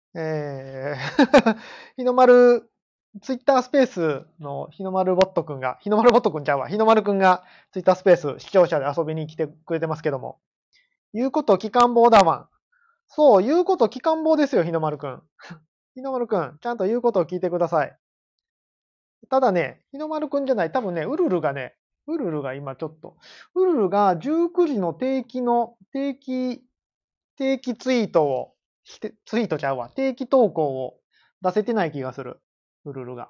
日の丸、ツイッタースペースの日の丸ボットくんが、日の丸ボットくんちゃうわ、日の丸くんがツイッタースペース視聴者で遊びに来てくれてますけども。言うこと聞かん坊だわん。そう、言うこと聞かん坊ですよ、日の丸くん。日の丸くん、ちゃんと言うことを聞いてください。ただね、日の丸くんじゃない、多分ね、ウルルが今ちょっと、ウルルが19時の定期ツイートをツイートちゃうわ、定期投稿を出せてない気がする。ウルルが。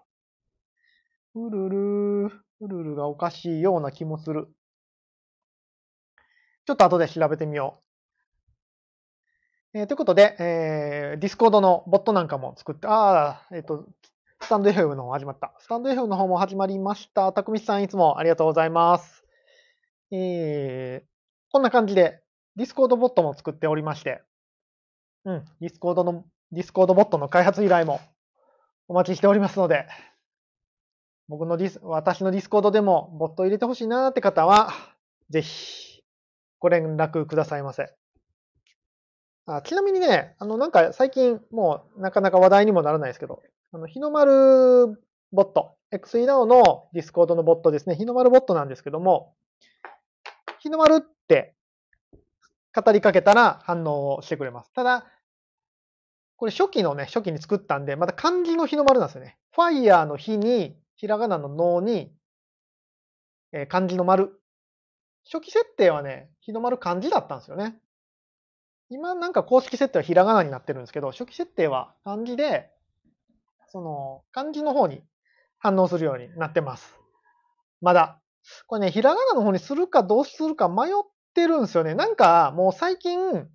ウルルがおかしいような気もする。ちょっと後で調べてみよう。ということで、ディスコードのボットなんかも作って、スタンド FM の方始まった。スタンド FM の方も始まりました。たくみさんいつもありがとうございます。こんな感じで、ディスコードボットも作っておりまして、ディスコードボットの開発依頼もお待ちしておりますので、私のディスコードでもボット入れてほしいなーって方は、ぜひ、ご連絡くださいませ。ちなみにね、なんか最近もうなかなか話題にもならないですけど、日の丸ボット、XENOW のディスコードのボットですね、日の丸ボットなんですけども、日の丸って語りかけたら反応をしてくれます。ただ、これ初期に作ったんで、また漢字の日の丸なんですよね。ファイヤーの日に、ひらがなののに、漢字の丸。初期設定はね、日の丸漢字だったんですよね。今なんか公式設定はひらがなになってるんですけど、初期設定は漢字で、その漢字の方に反応するようになってます。まだ。これね、ひらがなの方にするかどうするか迷ってるんですよね。なんかもう最近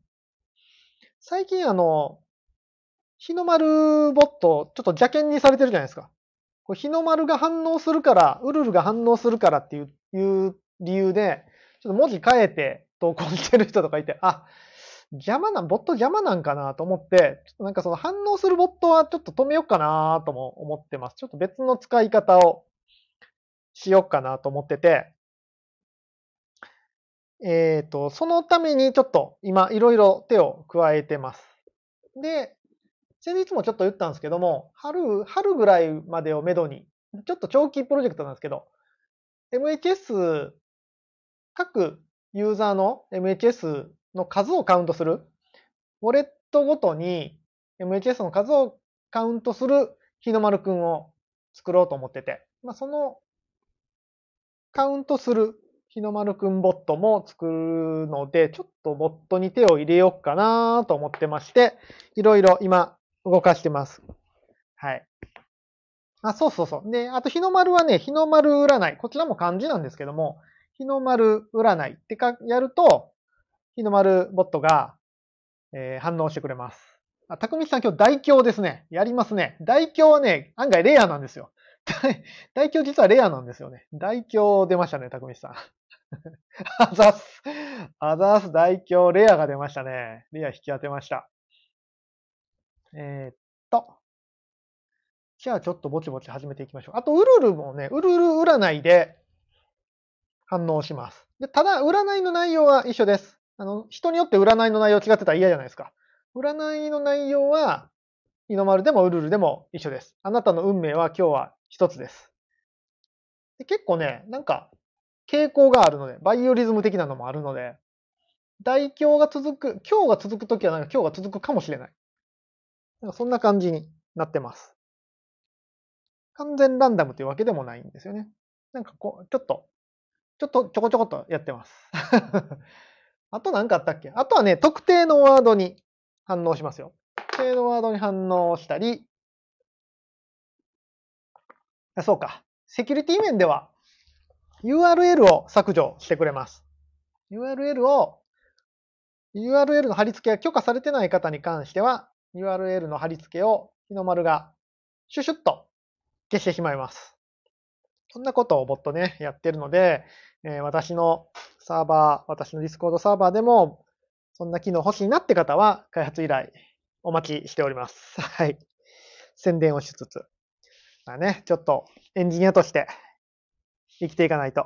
日の丸ボットちょっと邪険にされてるじゃないですか。これ日の丸が反応するから、ウルルが反応するからっていう理由で、ちょっと文字変えて投稿してる人とかいて、ボット邪魔なんかなと思って、ちょっとなんかその反応するボットはちょっと止めようかなとも思ってます。ちょっと別の使い方をしようかなと思ってて、そのためにちょっと今いろいろ手を加えてます。で、先日もちょっと言ったんですけども、春ぐらいまでをめどに、ちょっと長期プロジェクトなんですけど、MHS、各ユーザーの MHS の数をカウントする、ウォレットごとに MHS の数をカウントする日の丸くんを作ろうと思ってて、そのカウントする日の丸くんボットも作るので、ちょっとボットに手を入れようかなと思ってまして、いろいろ今動かしてます。はい。そうそうそう。で、あと日の丸はね、日の丸占い。こちらも漢字なんですけども、日の丸占いってやると、日の丸ボットが、反応してくれます。たくみさん今日大凶ですね。やりますね。大凶はね、案外レアなんですよ。大凶実はレアなんですよね。大凶出ましたね、たくみさん。あざす。あざす大凶レアが出ましたね。レア引き当てました。えーっと。じゃあちょっとぼちぼち始めていきましょう。あと、ウルルもね、ウルル占いで反応します。で、ただ、占いの内容は一緒です。人によって占いの内容違ってたら嫌じゃないですか。占いの内容は、日の丸でもウルルでも一緒です。あなたの運命は今日は一つです。で結構ね、なんか、傾向があるので、バイオリズム的なのもあるので、今日が続くときはなんか今日が続くかもしれない。なんかそんな感じになってます。完全ランダムというわけでもないんですよね。なんかこう、ちょこちょこっとやってます。あと何かあったっけ？あとはね、特定のワードに反応しますよ。特定のワードに反応したり、そうか。セキュリティ面では URL を削除してくれます。URL の貼り付けが許可されてない方に関しては、URL の貼り付けを日の丸がシュシュッと消してしまいます。そんなことをボットね、やってるので、私のディスコードサーバーでも、そんな機能欲しいなって方は、開発依頼お待ちしております。はい。宣伝をしつつ。ちょっとエンジニアとして生きていかないと。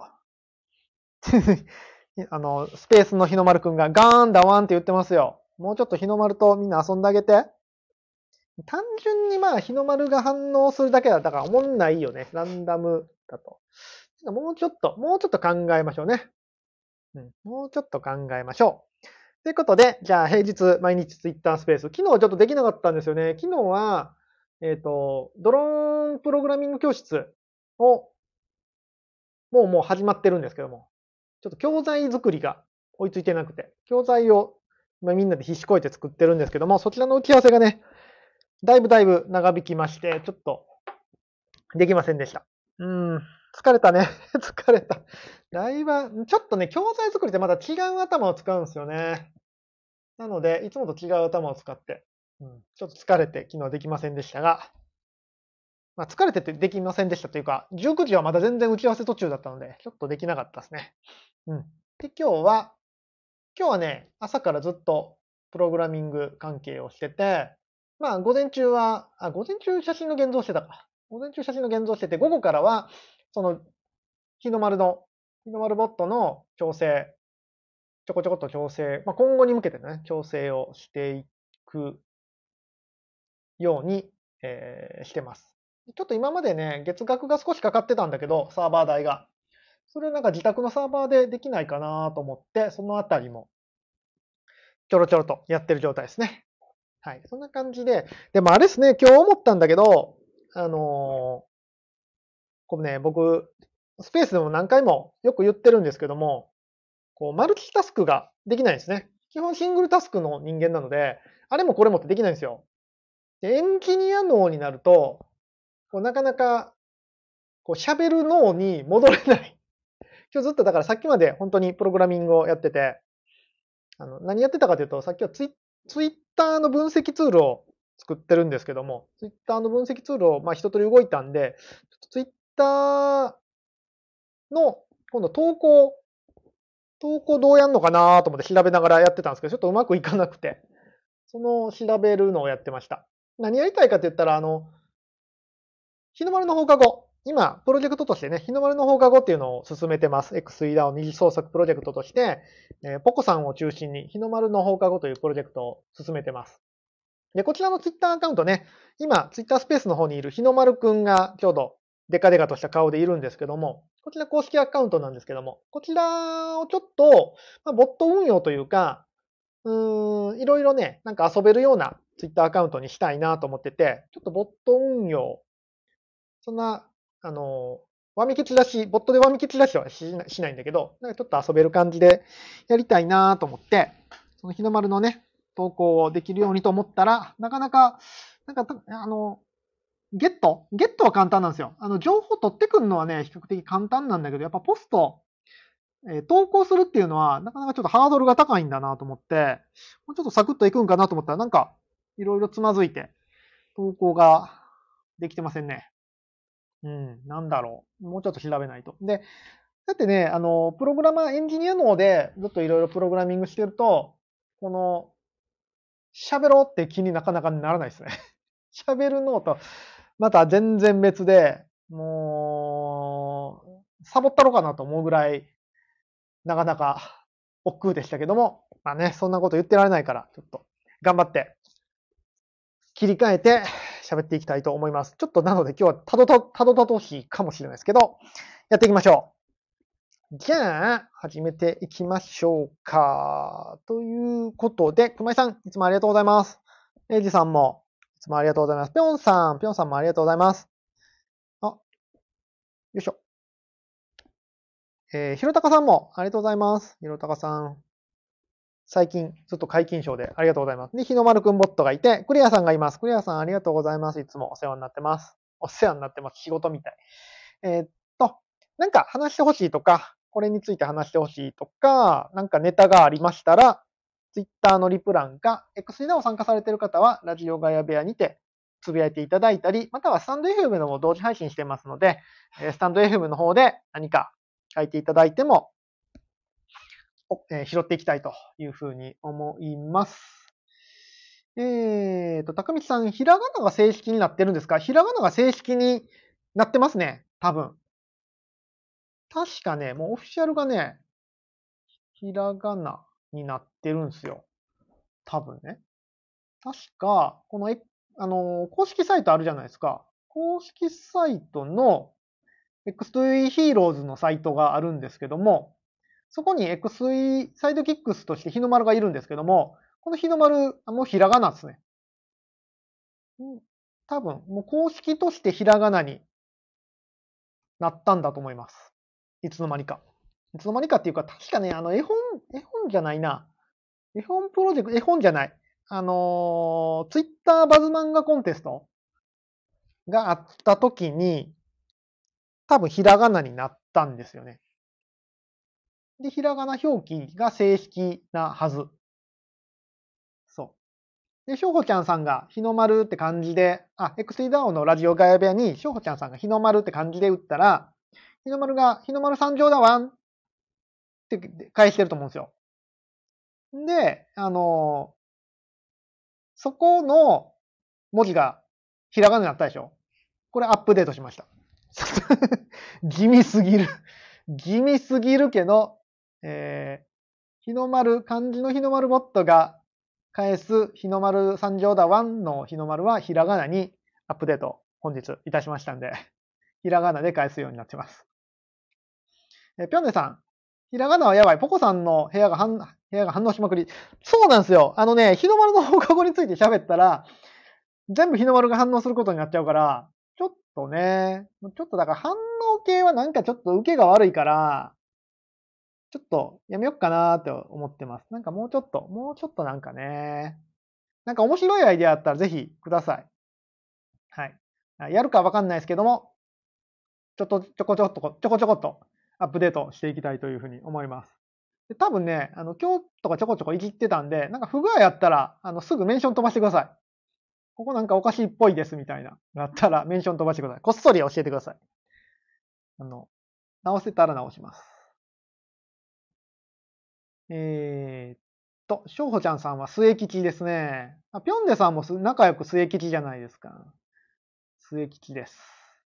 スペースの日の丸くんがガーンだワンって言ってますよ。もうちょっと日の丸とみんな遊んであげて。 単純に日の丸が反応するだけだから思んないよね。ランダムだと。もうちょっと考えましょうね。もうちょっと考えましょう。ということで、じゃあ平日毎日ツイッタースペース。昨日はちょっとできなかったんですよね。昨日は、ドローンプログラミング教室を、もう始まってるんですけども、ちょっと教材作りが追いついてなくて、教材をみんなで必死こいて作ってるんですけども、そちらの打ち合わせがね、だいぶ長引きまして、ちょっとできませんでした。疲れたね。疲れた。だいぶ、ちょっとね、教材作りってまた違う頭を使うんですよね。なので、いつもと違う頭を使って、ちょっと疲れて昨日できませんでしたが、疲れててできませんでしたというか、19時はまだ全然打ち合わせ途中だったので、ちょっとできなかったですね。で、今日はね、朝からずっとプログラミング関係をしてて、午前中は、午前中写真の現像してたか。午前中写真の現像してて、午後からは、その、日の丸ボットの調整、ちょこちょこっと調整、今後に向けてね、調整をしていくように、してます。ちょっと今までね、月額が少しかかってたんだけど、サーバー代が。それをなんか自宅のサーバーでできないかなと思って、そのあたりもちょろちょろとやってる状態ですね。はい。そんな感じで、でもあれですね、今日思ったんだけど、こうね、僕、スペースでも何回もよく言ってるんですけども、こう、マルチタスクができないんですね。基本シングルタスクの人間なので、あれもこれもってできないんですよ。で、エンジニア脳になると、こうなかなか、こう、喋る脳に戻れない。今日ずっとだからさっきまで本当にプログラミングをやってて、何やってたかというと、さっきはツイッターの分析ツールを作ってるんですけども、ツイッターの分析ツールを一通り動いたんで、ツイッターの今度投稿どうやんのかなと思って調べながらやってたんですけど、ちょっとうまくいかなくて、その調べるのをやってました。何やりたいかって言ったら、日の丸の放課後、今、プロジェクトとしてね、日の丸の放課後っていうのを進めてます。XEDA を二次創作プロジェクトとして、ポコさんを中心に日の丸の放課後というプロジェクトを進めてます。で、こちらのツイッターアカウントね、今、ツイッタースペースの方にいる日の丸くんがちょうどデカデカとした顔でいるんですけども、こちら公式アカウントなんですけども、こちらをちょっと、ボット運用というか、いろいろね、なんか遊べるようなツイッターアカウントにしたいなと思ってて、ちょっとボット運用、そんな、わみきち出し、ボットでわみきち出しはしないんだけど、なんかちょっと遊べる感じでやりたいなと思って、その日の丸のね、投稿をできるようにと思ったら、なかなか、ゲットは簡単なんですよ。情報取ってくるのはね、比較的簡単なんだけど、やっぱポスト、投稿するっていうのは、なかなかちょっとハードルが高いんだなと思って、もうちょっとサクッといくんかなと思ったら、なんか、いろいろつまずいて、投稿ができてませんね。なんだろう。もうちょっと調べないと。で、だってね、プログラマー、エンジニア脳でずっといろいろプログラミングしてると、この、喋ろうって気になかなかならないですね。喋る脳と、また全然別で、もう、サボったろうかなと思うぐらい、なかなか億劫でしたけども、そんなこと言ってられないから、ちょっと頑張って切り替えて喋っていきたいと思います。ちょっとなので今日はたどたどしいかもしれないですけど、やっていきましょう。じゃあ、始めていきましょうか。ということで、熊井さん、いつもありがとうございます。エイジさんも、いつもありがとうございます。ぴょんさんもありがとうございます。よいしょ。ひろたかさんもありがとうございます。ひろたかさん。最近、ずっと解禁賞でありがとうございます。で、日の丸くんボットがいて、クリアさんがいます。クリアさんありがとうございます。いつもお世話になってます。お世話になってます。仕事みたい。えーっと、なんか話してほしいとか、これについて話してほしいとか、なんかネタがありましたら、Twitter のリプ欄か、X でも参加されている方は、ラジオガヤ部屋にてつぶやいていただいたり、またはスタンド FM のも同時配信してますので、スタンド FM の方で何か書いていただいても拾っていきたいというふうに思います。高道さん、ひらがなが正式になってるんですか？ひらがなが正式になってますね。多分。確かね、もうオフィシャルがね、ひらがなになってるんですよ。多分ね。確か、この公式サイトあるじゃないですか。公式サイトの X2E ヒーローズのサイトがあるんですけども、そこに X2E サイドキックスとして日の丸がいるんですけども、この日の丸、もうひらがなですね。多分、もう公式としてひらがなになったんだと思います。いつの間にか。いつの間にかっていうか、確かね、絵本じゃないな。絵本プロジェクト、絵本じゃない。ツイッターバズ漫画コンテストがあった時に、多分ひらがなになったんですよね。で、ひらがな表記が正式なはず。そう。で、しょうほちゃんさんが日の丸って感じで、XT ダオのラジオガヤ部屋にしょうほちゃんさんが日の丸って感じで打ったら、日の丸参上だわんって返してると思うんですよ。で、そこの文字がひらがなになったでしょ。これアップデートしました。地味すぎる。地味すぎるけど、日の丸、漢字の日の丸ボットが返す日の丸三条だ1の日の丸はひらがなにアップデート本日いたしましたんで、ひらがなで返すようになってます。ぴょんねさん、ひらがなはやばい。ポコさんの部屋が反応しまくり。そうなんですよ。日の丸の放課後について喋ったら、全部日の丸が反応することになっちゃうから、ちょっとね、ちょっとだから反応系はなんかちょっと受けが悪いから、ちょっとやめよっかなーって思ってます。なんかもうちょっとなんかね、なんか面白いアイデアあったらぜひください。はい。やるかわかんないですけども、ちょこちょこっとアップデートしていきたいというふうに思います。で多分ね、今日とかちょこちょこいじってたんで、なんか不具合あったら、すぐメンション飛ばしてください。ここなんかおかしいっぽいですみたいな。だったらメンション飛ばしてください。こっそり教えてください。直せたら直します。しょうほちゃんさんは末吉ですね。ぴょんでさんも仲良く末吉じゃないですか。末吉です。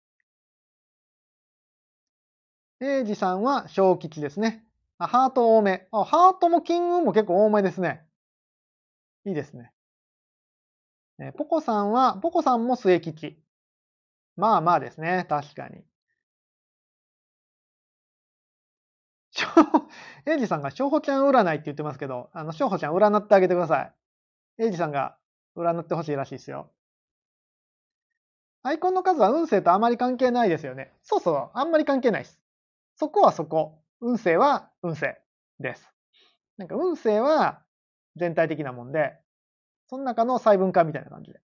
えいじさんは小吉ですね。ハート多め。ハートも金運も結構多めですね。いいですね。ポコさんも末吉。まあまあですね。確かに。エイジさんがしょうほちゃん占いって言ってますけど、しょうほちゃん占ってあげてください。エイジさんが占ってほしいらしいですよ。アイコンの数は運勢とあまり関係ないですよね。そうそう、あんまり関係ないです。そこはそこ。運勢は運勢です。なんか運勢は全体的なもんで、その中の細分化みたいな感じで。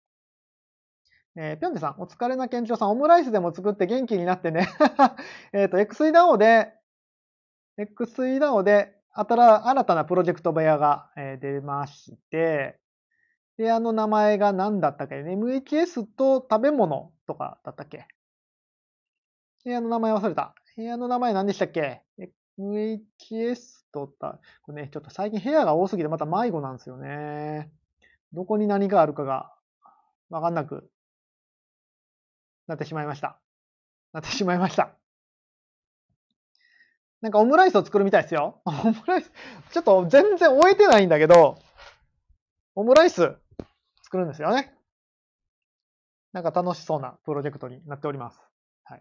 ぴょんでさん、お疲れな県庁さん、オムライスでも作って元気になってね。XEDAO で、新たなプロジェクト部屋が出まして、部屋の名前が何だったっけ？ MHS と食べ物とかだったっけ？部屋の名前忘れた。部屋の名前何でしたっけ？ MHS とこれね、ちょっと最近部屋が多すぎてまた迷子なんですよね。どこに何があるかがわかんなくなってしまいました。なんかオムライスを作るみたいですよ。オムライス、ちょっと全然終えてないんだけど、オムライス作るんですよね。なんか楽しそうなプロジェクトになっております。はい。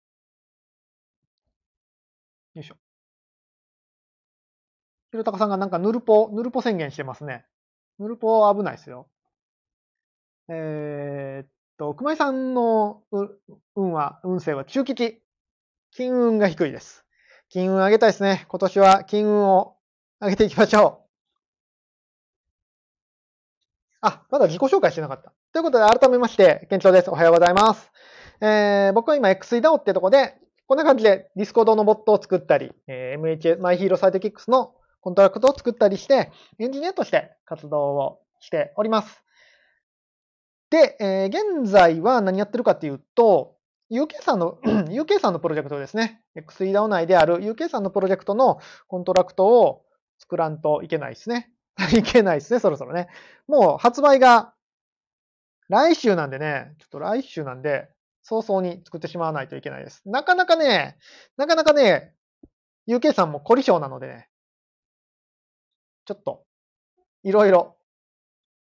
よいしょ。ひろたかさんがなんかヌルポ宣言してますね。ヌルポ危ないですよ。熊井さんの運勢は中吉。金運が低いです。金運上げたいですね。今年は金運を上げていきましょう。まだ自己紹介してなかった。ということで、改めまして、県庁です。おはようございます。僕は今、XEDAO ってとこで、こんな感じで Discord のボットを作ったり、MHS、マイヒーローサイドキックスのコントラクトを作ったりして、エンジニアとして活動をしております。で、現在は何やってるかっていうと、UK さんのプロジェクトですね。XEDAO 内である UK さんのプロジェクトのコントラクトを作らんといけないですね。いけないですね、そろそろね。もう発売が来週なんでね、ちょっと来週なんで、早々に作ってしまわないといけないです。なかなかね、UK さんも凝り性なのでね、ちょっと、いろいろ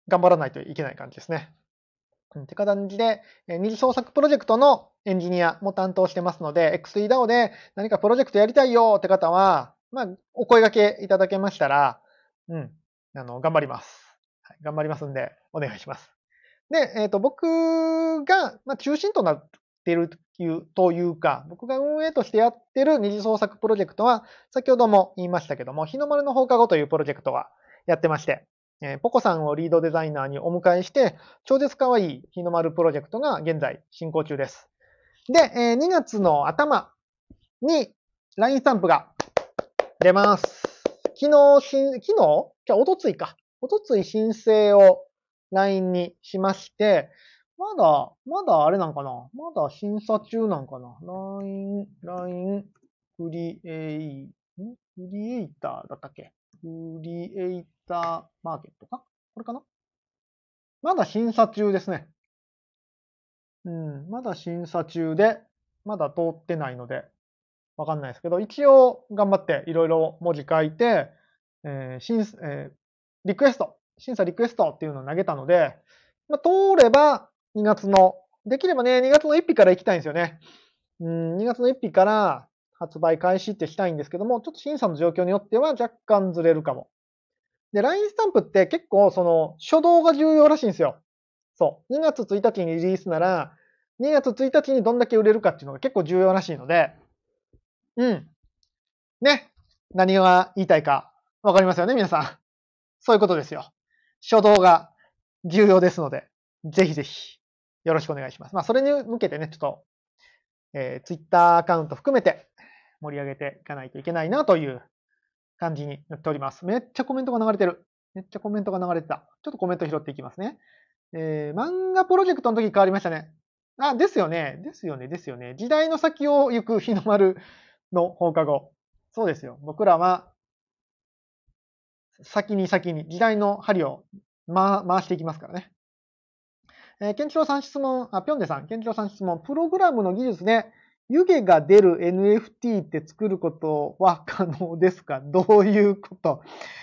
頑張らないといけない感じですね。って感じで、二次創作プロジェクトのエンジニアも担当してますので、X3DAO で何かプロジェクトやりたいよって方は、お声掛けいただけましたら、頑張ります。はい、頑張りますんで、お願いします。で、僕が、中心となっているというか、僕が運営としてやってる二次創作プロジェクトは、先ほども言いましたけども、日の丸の放課後というプロジェクトはやってまして、ポコさんをリードデザイナーにお迎えして、超絶可愛い日の丸プロジェクトが現在進行中です。で、2月の頭に LINE スタンプが出ます。昨日じゃあ、おとつい申請を LINE にしまして、まだあれなんかなまだ審査中なんかな ?LINE クリエイターだったっけクリエイターマーケットかこれかなまだ審査中ですね。まだ審査中で、まだ通ってないので、わかんないですけど、一応頑張っていろいろ文字書いて、審査リクエストっていうのを投げたので、通ればできればね、2月の1日から行きたいんですよね。2月の1日から発売開始ってしたいんですけども、ちょっと審査の状況によっては若干ずれるかも。で、LINE スタンプって結構初動が重要らしいんですよ。そう。2月1日にリリースなら、2月1日にどんだけ売れるかっていうのが結構重要らしいので、ね。何が言いたいかわかりますよね、皆さん。そういうことですよ。初動が重要ですので、ぜひぜひよろしくお願いします。それに向けてね、ちょっと、Twitter アカウント含めて盛り上げていかないといけないなという感じになっております。めっちゃコメントが流れてる。ちょっとコメント拾っていきますね。漫画プロジェクトの時変わりましたね。ですよね。時代の先を行く日の丸の放課後。そうですよ。僕らは、先に時代の針を回していきますからね。ケンチロウさん質問、ピョンデさん、ケンチロウさん質問、プログラムの技術で湯気が出る NFT って作ることは可能ですか？どういうこと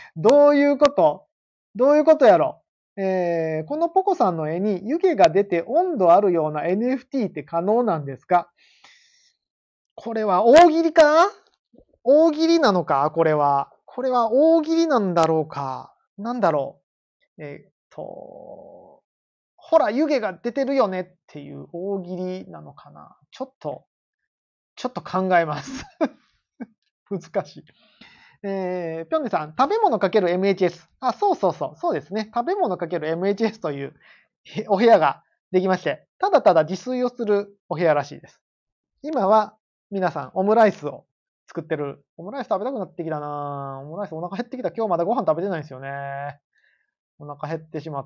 やろ？このポコさんの絵に湯気が出て温度あるような NFT って可能なんですか？これは大喜利か？大喜利なのか？これは大喜利なんだろうか？なんだろう。ほら、湯気が出てるよねっていう大喜利なのかな？ちょっと考えます。難しい。ぴょんねさん、食べ物×MHS。そうですね。食べ物×MHS というお部屋ができまして、ただただ自炊をするお部屋らしいです。今は皆さんオムライスを作ってる。オムライス食べたくなってきたなオムライスお腹減ってきた。今日まだご飯食べてないんですよね。お腹減ってしまった。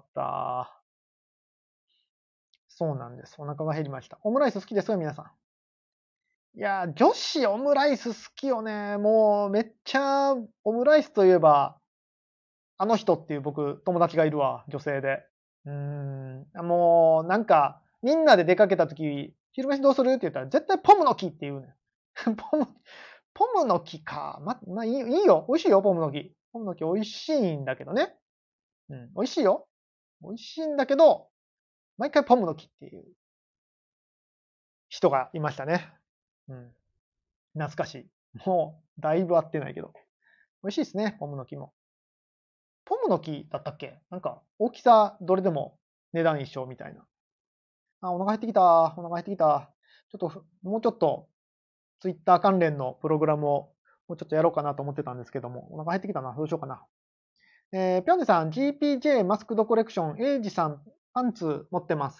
そうなんです。お腹が減りました。オムライス好きですよ、皆さん。いや、女子オムライス好きよね。もうめっちゃオムライスといえば、あの人っていう僕、友達がいるわ、女性で。もうなんか、みんなで出かけた時、昼飯どうするって言ったら、絶対ポムの木って言うねん。ポムの木か。いいよ。美味しいよ、ポムの木。ポムの木美味しいんだけどね。美味しいよ。美味しいんだけど、毎回ポムの木っていう人がいましたね。懐かしい。もう、だいぶ会ってないけど。美味しいですね、ポムの木も。ポムの木だったっけなんか、大きさどれでも値段一緒みたいな。お腹減ってきた。ちょっと、もうちょっと、ツイッター関連のプログラムをもうちょっとやろうかなと思ってたんですけども、お腹減ってきたな。どうしようかな。ぴょんねさん、GPJ マスクドコレクション、エイジさん、パンツ持ってます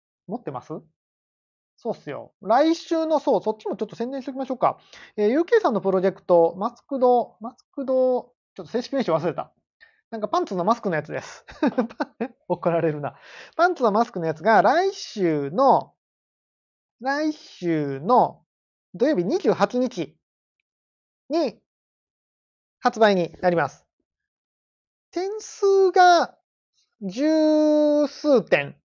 そうっすよ。来週の、そっちもちょっと宣伝しておきましょうか。UK さんのプロジェクト、マスクド、ちょっと正式名称忘れた。なんかパンツのマスクのやつです。怒られるな。パンツのマスクのやつが来週の土曜日28日に発売になります。点数が十数点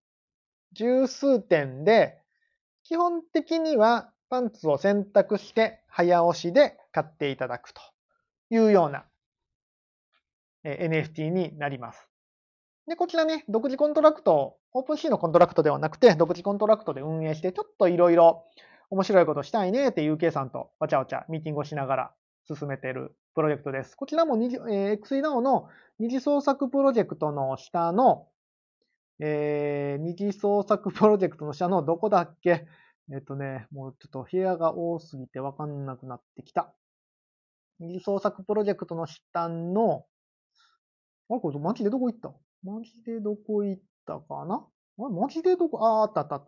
で、基本的にはパンツを選択して早押しで買っていただくというようなNFT になります。 で、こちらね、独自コントラクト、オープンシーのコントラクトではなくて、独自コントラクトで運営して、ちょっといろいろ面白いことしたいねって UK さんとわちゃわちゃミーティングをしながら進めているプロジェクトです。こちらもXEDAO の二次創作プロジェクトの下の、二次創作プロジェクトの下のどこだっけ？もうちょっと部屋が多すぎてわかんなくなってきた。二次創作プロジェクトの下の、あれこれマジでどこ行った？マジでどこ行ったかな？あれマジでどこ、あったあったあった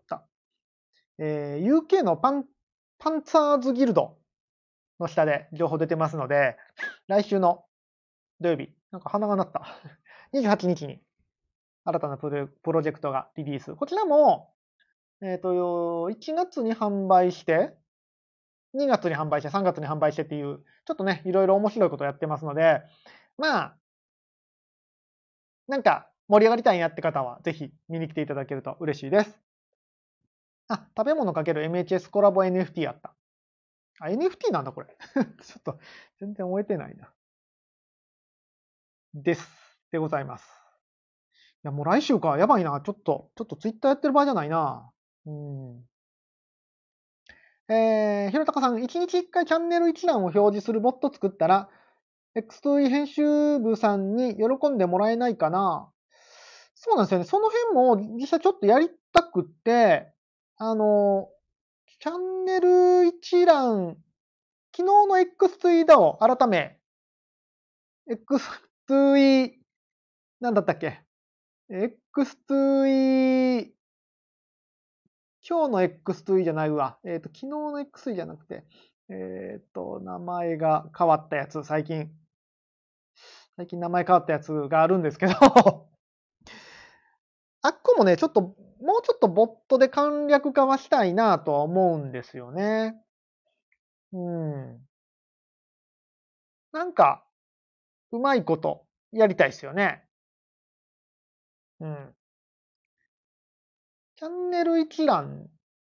。UK のパンツァーズギルドの下で情報出てますので、来週の土曜日、なんか鼻が鳴った。28日に新たなプロジェクトがリリース。こちらも、1月に販売して、2月に販売して、3月に販売してっていう、ちょっとね、いろいろ面白いことをやってますので、まあ、なんか盛り上がりたいなって方は、ぜひ見に来ていただけると嬉しいです。あ、食べ物×MHS コラボ NFT あった。あ、NFT なんだこれ。ちょっと、全然終えてないな。です。でございます。いや、もう来週か。やばいな。ちょっとツイッターやってる場合じゃないな。ひろたかさん、1日1回チャンネル一覧を表示するボット作ったら、X2E 編集部さんに喜んでもらえないかな。そうなんですよね。その辺も実際ちょっとやりたくって、チャンネル一覧、昨日の X2E 改め、X2E、なんだったっけ？ X2E、今日の X2E じゃないわ。昨日の X2E じゃなくて、名前が変わったやつ、最近名前変わったやつがあるんですけどあっこもね、もうちょっとボットで簡略化はしたいなとは思うんですよね。なんか、うまいことやりたいですよね。チャンネル一覧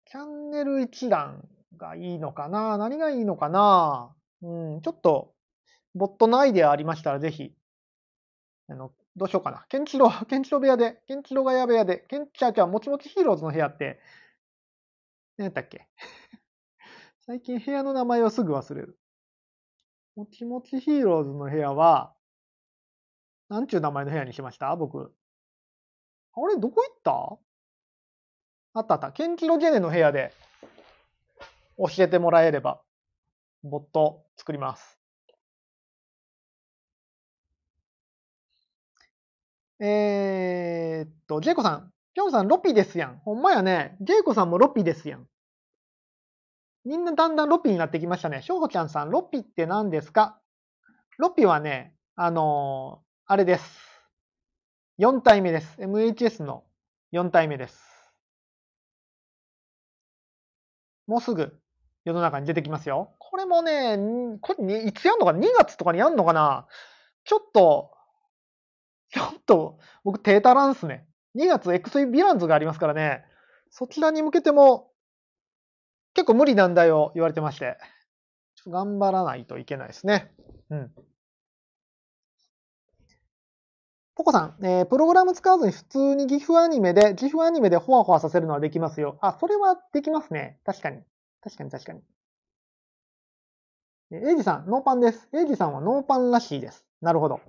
がいいのかな？何がいいのかな？ちょっと、ボットのアイデアありましたらぜひ、どうしようかな。ケンチロ部屋で、ケンチロガヤ部屋で、もちもちヒーローズの部屋って、何やったっけ？最近部屋の名前をすぐ忘れる。もちもちヒーローズの部屋は、なんちゅう名前の部屋にしました？僕。あれどこ行った？あったあった。ケンチロジェネの部屋で教えてもらえれば、ボット作ります。ジェイコさん。ピョンさん、ロピですやん。ほんまやね。ジェイコさんもロピですやん。みんなだんだんロピになってきましたね。しょうほちゃんさん、ロピって何ですか？ロピはね、あれです。4体目です。MHS の4体目です。もうすぐ世の中に出てきますよ。これもね、これいつやんのかな？ 2 月とかにやんのかな？ちょっと、僕手足らんすね。2月 XE ヴィランズがありますからね。そちらに向けても結構無理難題を言われてまして、ちょっと頑張らないといけないですね。ポコさん、プログラム使わずに普通に GIF アニメでホワホワさせるのはできますよ。あ、それはできますね。確かに。確かに。エイジさん、ノーパンです。エイジさんはノーパンらしいです。なるほど。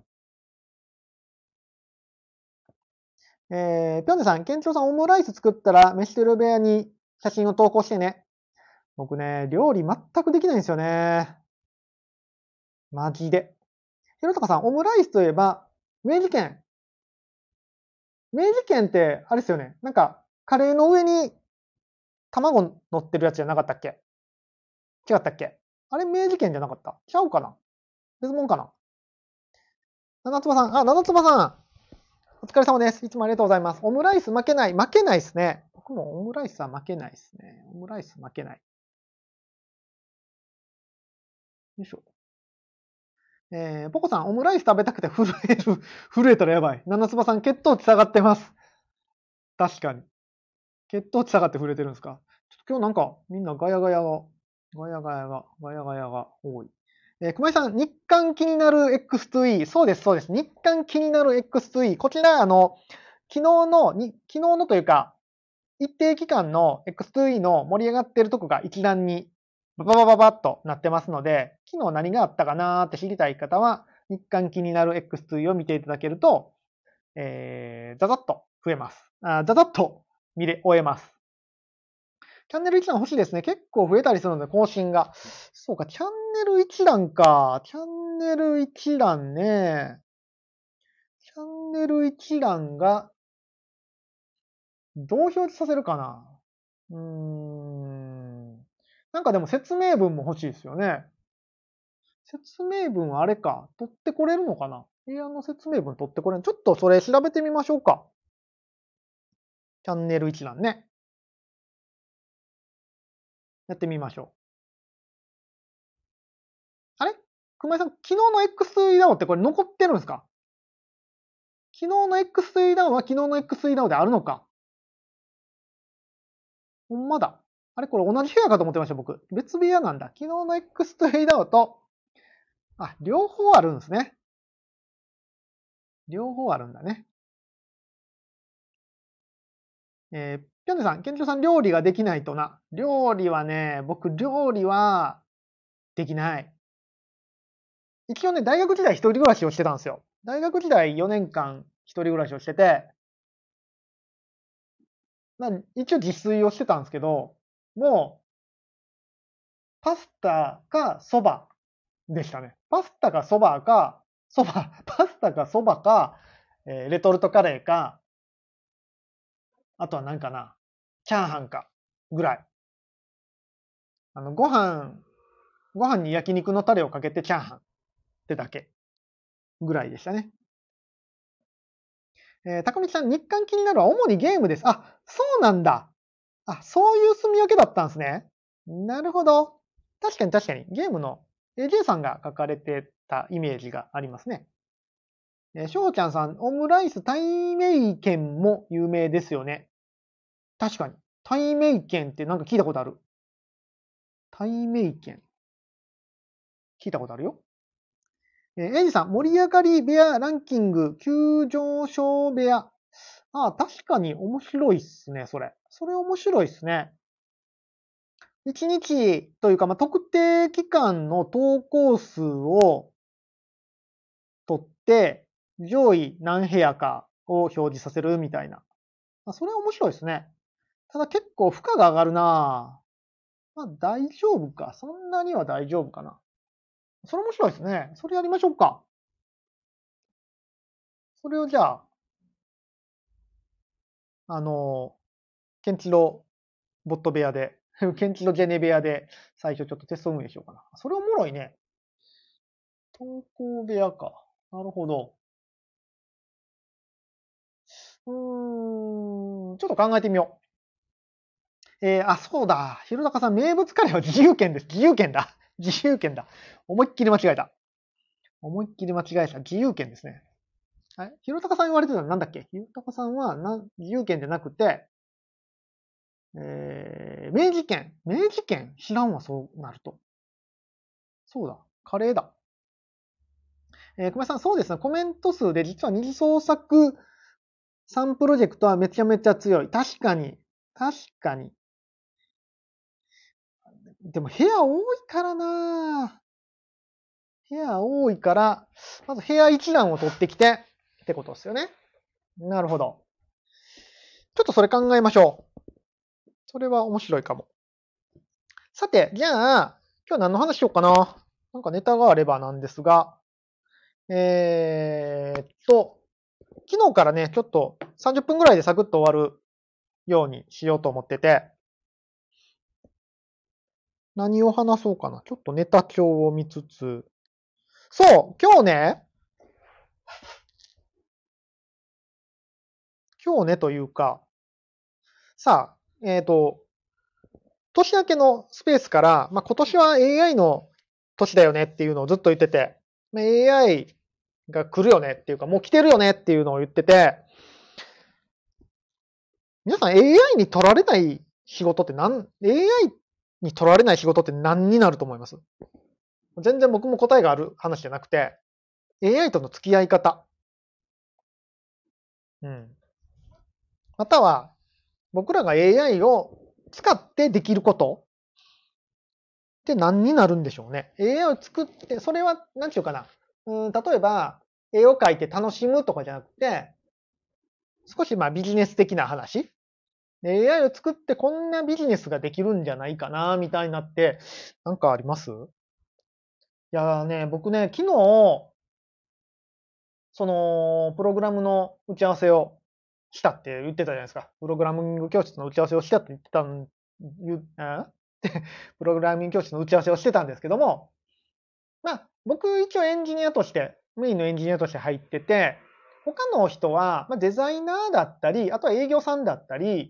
ぴょんねさん、ケンチロさんオムライス作ったら飯テロ部屋に写真を投稿してね。僕ね、料理全くできないんですよね。マジで。ひろたかさん、オムライスといえば、明治軒。明治軒って、あれですよね。なんか、カレーの上に卵乗ってるやつじゃなかったっけ？違ったっけ？あれ明治軒じゃなかった？ちゃうかな？別物かな？七つばさん、七つばさん。お疲れ様です。いつもありがとうございます。オムライス負けないですね。僕もオムライスは負けないですね。オムライス負けない。よいしょ。ポコさん、オムライス食べたくて震える。震えたらやばい。七つばさん、血糖値下がってます。確かに。血糖値下がって震えてるんですか？ちょっと今日なんか、みんなガヤガヤが多い。 熊井さん、日韓気になる X2E。そうです、そうです。日韓気になる X2E。こちら、昨日のというか、一定期間の X2E の盛り上がっているとこが一覧にバババババッとなってますので、昨日何があったかなーって知りたい方は、日韓気になる X2E を見ていただけると、ザザッと増えます。ザザッと見れ終えます。チャンネル一覧欲しいですね。結構増えたりするので、更新が。そうか、チャンネル一覧か。チャンネル一覧ね。チャンネル一覧が、どう表示させるかな。なんかでも説明文も欲しいですよね。説明文はあれか。取ってこれるのかな。部屋の説明文取ってこれる。ちょっとそれ調べてみましょうか。チャンネル一覧ね。やってみましょう。あれ熊井さん、昨日の X ダウンってこれ残ってるんですか？昨日の X ダウンは昨日の X ダウンであるのか？ほんまだ。あれこれ同じ部屋かと思ってました、僕。別部屋なんだ。昨日の X ダウンと、両方あるんですね。両方あるんだね。ぴょんねさん、ケンチョさん料理ができないとな。料理はね、僕料理はできない。一応ね、大学時代一人暮らしをしてたんですよ。大学時代4年間一人暮らしをしてて、一応自炊をしてたんですけど、もう、パスタか蕎麦でしたね。パスタか蕎麦か、パスタか蕎麦か、レトルトカレーか、あとは何かな、チャーハンか、ぐらい。ご飯に焼肉のタレをかけてチャーハンってだけぐらいでしたね。高道さん、日韓気になるは主にゲームです。そうなんだ。そういう住み分けだったんですね。なるほど。確かに確かに。ゲームの AJ さんが書かれてたイメージがありますね。しょうちゃんさん、オムライス対名犬も有名ですよね。確かに。対名犬ってなんか聞いたことある。対名犬。聞いたことあるよ。エイジさん、盛り上がり部屋ランキング、急上昇部屋。確かに面白いっすね、それ。それ面白いっすね。1日というか、特定期間の投稿数を取って、上位何部屋かを表示させるみたいな。それ面白いですね。ただ結構負荷が上がるな大丈夫か。そんなには大丈夫かな。それ面白いですね。それやりましょうか。それをじゃあ、ケンチロボット部屋で、ケンチロジェネ部屋で最初ちょっとテスト運営しようかな。それおもろいね。投稿部屋か。なるほど。ちょっと考えてみよう。そうだ。ひろたかさん、名物カレーは自由権です。自由権だ。自由権だ。思いっきり間違えた。思いっきり間違えた。自由権ですね。ひろたかさん言われてたのなんだっけ？ひろたかさんは自由権じゃなくて、明治権。明治権知らんわ、そうなると。そうだ。カレーだ。小林さん、そうですね。コメント数で実は二次創作3プロジェクトはめちゃめちゃ強い。確かに。確かに。でも部屋多いからな部屋多いから、まず部屋一覧を取ってきてってことですよね。なるほど。ちょっとそれ考えましょう。それは面白いかも。さて、じゃあ、今日何の話しようかな。なんかネタがあればなんですが、昨日からね、ちょっと30分ぐらいでサクッと終わるようにしようと思ってて、何を話そうかな。ちょっとネタ帳を見つつ。そう、今日ねというか、さあ、年明けのスペースから、今年は AI の年だよねっていうのをずっと言ってて、AI が来るよねっていうか、もう来てるよねっていうのを言ってて、皆さん AI に取られない仕事ってAI に取られない仕事って何になると思います？ 全然僕も答えがある話じゃなくて、AI との付き合い方。うん。または、僕らが AI を使ってできることって何になるんでしょうね。AI を作って、それは、なんていうかな。例えば、絵を描いて楽しむとかじゃなくて、少しビジネス的な話。AI を作ってこんなビジネスができるんじゃないかな、みたいになって、なんかあります？いやね、僕ね、昨日、プログラムの打ち合わせをしたって言ってたじゃないですか。プログラミング教室の打ち合わせをしたって言ってたん、プログラミング教室の打ち合わせをしてたんですけども、僕一応エンジニアとして、メインのエンジニアとして入ってて、他の人は、デザイナーだったり、あとは営業さんだったり、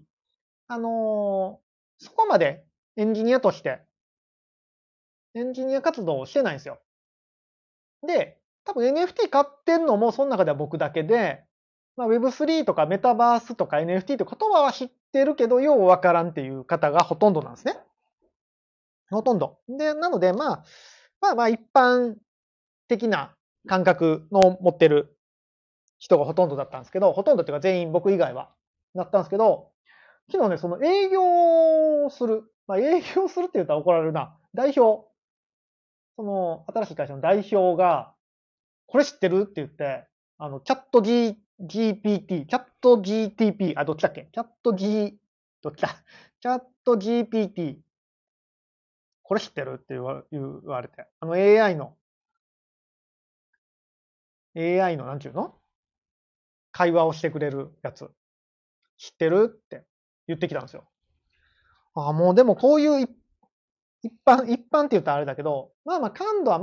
そこまでエンジニアとして、エンジニア活動をしてないんですよ。で、多分 NFT 買ってんのもその中では僕だけで、Web3 とかメタバースとか NFT という言葉は知ってるけど、ようわからんっていう方がほとんどなんですね。ほとんど。で、なので、一般的な感覚の持ってる人がほとんどだったんですけど、ほとんどっていうか全員僕以外はだったんですけど、昨日ね、その営業をする。営業するって言ったら怒られるな。代表。その新しい会社の代表が、これ知ってるって言って、チャット GPT、チャット GTP、どっちだっけチャット G、どっちだチャット GPT、これ知ってるって言われて。AI のなんていうの会話をしてくれるやつ。知ってるって言ってきたんですよ。もうでもこういう一般って言ったらあれだけど、感度は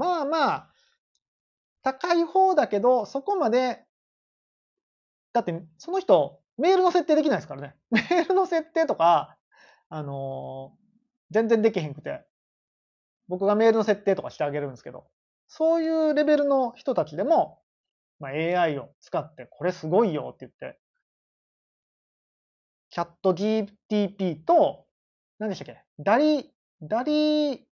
高い方だけど、そこまで、だってその人、メールの設定できないですからね。メールの設定とか、あの全然できへんくて、僕がメールの設定とかしてあげるんですけど、そういうレベルの人たちでも、AI を使ってこれすごいよって言って、チャット GTP と、何でしたっけダリ、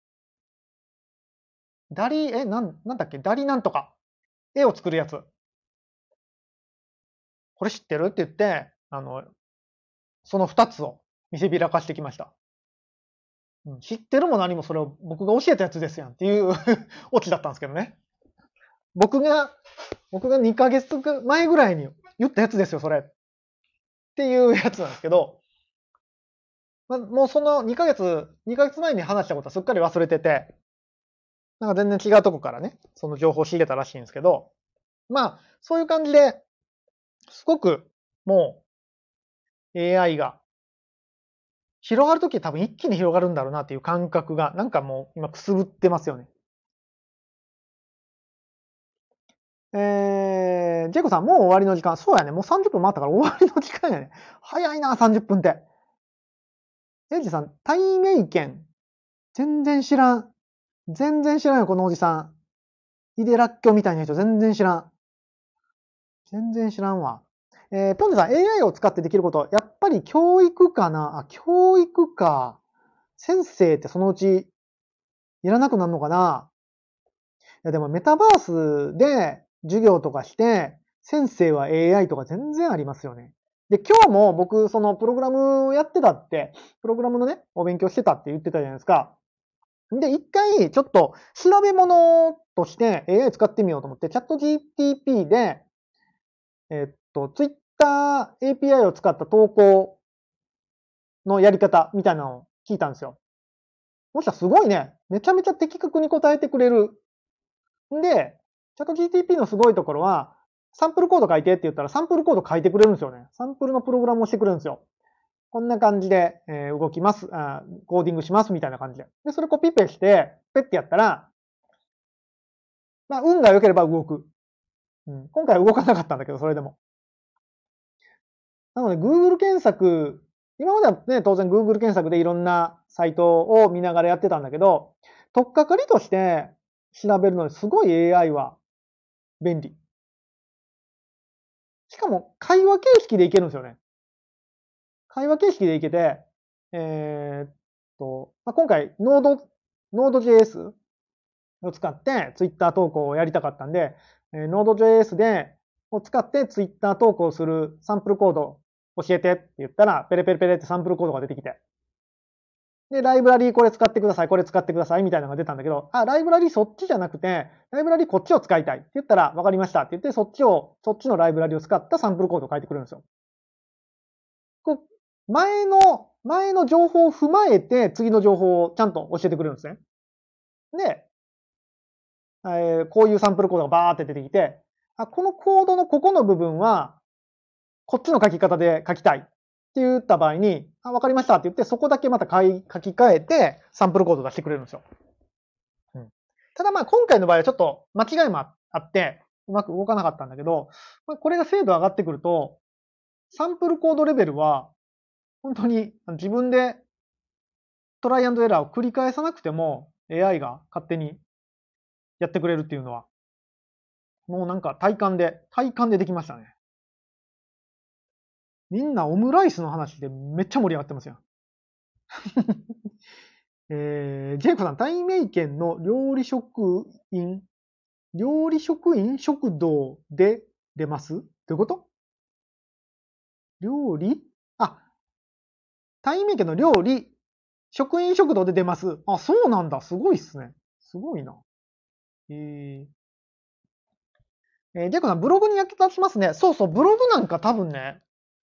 なんだっけダリなんとか。絵を作るやつ。これ知ってるって言って、その二つを見せびらかしてきました。知ってるも何もそれを僕が教えたやつですやんっていうオチだったんですけどね。僕が、僕が2ヶ月前ぐらいに言ったやつですよ、それ。っていうやつなんですけど、もうその2ヶ月前に話したことはすっかり忘れてて、なんか全然違うとこからね、その情報を仕入れたらしいんですけど、そういう感じで、すごくもう AI が広がるときは多分一気に広がるんだろうなっていう感覚が、なんかもう今くすぶってますよね。ジェイコさん、もう終わりの時間。そうやね。もう30分回ったから終わりの時間やね。早いな、30分って。エイジさん、対名券。全然知らん。全然知らんよ、このおじさん。イデラッキョみたいな人全然知らん。全然知らんわ。ぴょんねさん、AI を使ってできること、やっぱり教育かな。教育か。先生ってそのうちいらなくなるのかな。いやでもメタバースで授業とかして、先生は AI とか全然ありますよね。で、今日も僕、そのプログラムやってたって、プログラムのね、お勉強してたって言ってたじゃないですか。で、一回、ちょっと調べ物として AI 使ってみようと思って、チャット GTP で、Twitter API を使った投稿のやり方みたいなのを聞いたんですよ。そしたらすごいね、めちゃめちゃ的確に答えてくれる。んで、チャット GTP のすごいところは、サンプルコード書いてって言ったらサンプルコード書いてくれるんですよね。サンプルのプログラムをしてくれるんですよ。こんな感じで、動きますコーディングしますみたいな感じで。で、それコピペして、ペッてやったら、運が良ければ動く。今回は動かなかったんだけど、それでも。なので、Google 検索、今まではね、当然 Google 検索でいろんなサイトを見ながらやってたんだけど、取っかかりとして調べるのにすごい AI は便利。しかも会話形式でいけるんですよね。会話形式でいけて、今回、Node.js を使って Twitter 投稿をやりたかったんで、Node.js を使って Twitter 投稿するサンプルコード教えてって言ったら、ペレペレペレってサンプルコードが出てきて、で、ライブラリーこれ使ってください、これ使ってくださいみたいなのが出たんだけど、ライブラリーそっちじゃなくて、ライブラリーこっちを使いたいって言ったら、わかりましたって言って、そっちのライブラリを使ったサンプルコードを書いてくれるんですよ。前の情報を踏まえて、次の情報をちゃんと教えてくれるんですね。で、こういうサンプルコードがバーって出てきて、このコードのここの部分は、こっちの書き方で書きたいって言った場合に、わかりましたって言って、そこだけまた書き換えて、サンプルコードを出してくれるんですよ。ただ今回の場合はちょっと間違いもあって、うまく動かなかったんだけど、これが精度上がってくると、サンプルコードレベルは、本当に自分でトライアンドエラーを繰り返さなくても AI が勝手にやってくれるっていうのは、もうなんか体感でできましたね。みんなオムライスの話でめっちゃ盛り上がってますよ。ジェイコさん、対名県の料理職員食堂で出ますどういうこと？料理対名県の料理職員食堂で出ます。そうなんだ。すごいっすね。すごいな。ジェイコさん、ブログに役立ちますね。そうそう、ブログなんか多分ね、